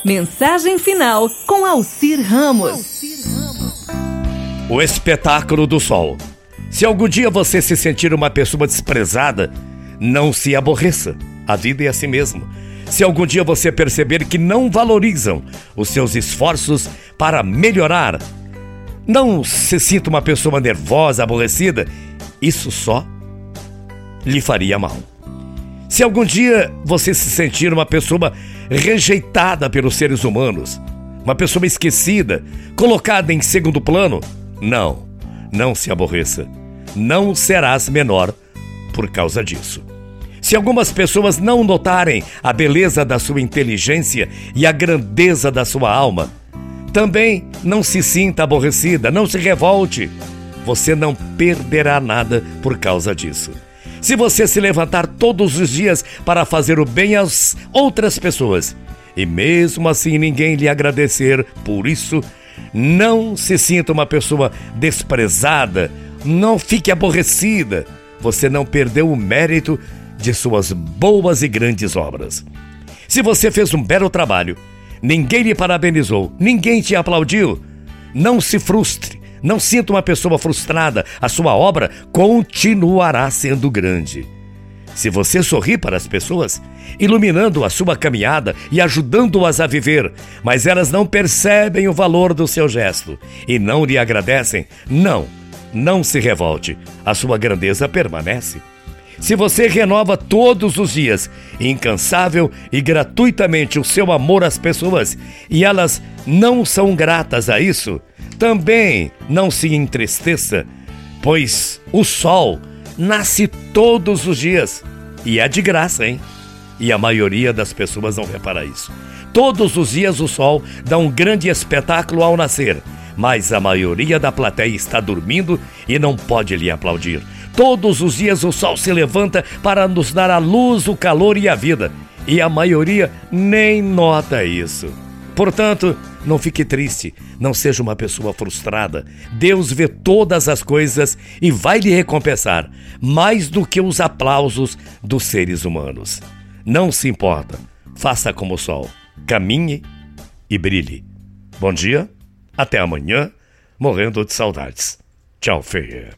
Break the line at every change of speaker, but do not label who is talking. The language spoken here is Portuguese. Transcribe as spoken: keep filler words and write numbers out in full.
Mensagem final com Alcir Ramos.
O espetáculo do sol. Se algum dia você se sentir uma pessoa desprezada, não se aborreça. A vida é assim mesmo. Se algum dia você perceber que não valorizam os seus esforços para melhorar, não se sinta uma pessoa nervosa, aborrecida. Isso só lhe faria mal. Se algum dia você se sentir uma pessoa rejeitada pelos seres humanos, uma pessoa esquecida, colocada em segundo plano, não, não se aborreça. Não serás menor por causa disso. Se algumas pessoas não notarem a beleza da sua inteligência e a grandeza da sua alma, também não se sinta aborrecida, não se revolte. Você não perderá nada por causa disso. Se você se levantar todos os dias para fazer o bem às outras pessoas, e mesmo assim ninguém lhe agradecer por isso, não se sinta uma pessoa desprezada, não fique aborrecida. Você não perdeu o mérito de suas boas e grandes obras. Se você fez um belo trabalho, ninguém lhe parabenizou, ninguém te aplaudiu, não se frustre, não sinta uma pessoa frustrada, a sua obra continuará sendo grande. Se você sorri para as pessoas, iluminando a sua caminhada e ajudando-as a viver, mas elas não percebem o valor do seu gesto e não lhe agradecem, não, não se revolte, a sua grandeza permanece. Se você renova todos os dias, incansável e gratuitamente, o seu amor às pessoas e elas não são gratas a isso, também não se entristeça, pois o sol nasce todos os dias e é de graça, hein? E a maioria das pessoas não repara isso. Todos os dias o sol dá um grande espetáculo ao nascer, mas a maioria da plateia está dormindo e não pode lhe aplaudir. Todos os dias o sol se levanta para nos dar a luz, o calor e a vida, e a maioria nem nota isso. Portanto, não fique triste, não seja uma pessoa frustrada. Deus vê todas as coisas e vai lhe recompensar, mais do que os aplausos dos seres humanos. Não se importa, faça como o sol, caminhe e brilhe. Bom dia, até amanhã, morrendo de saudades. Tchau, feia.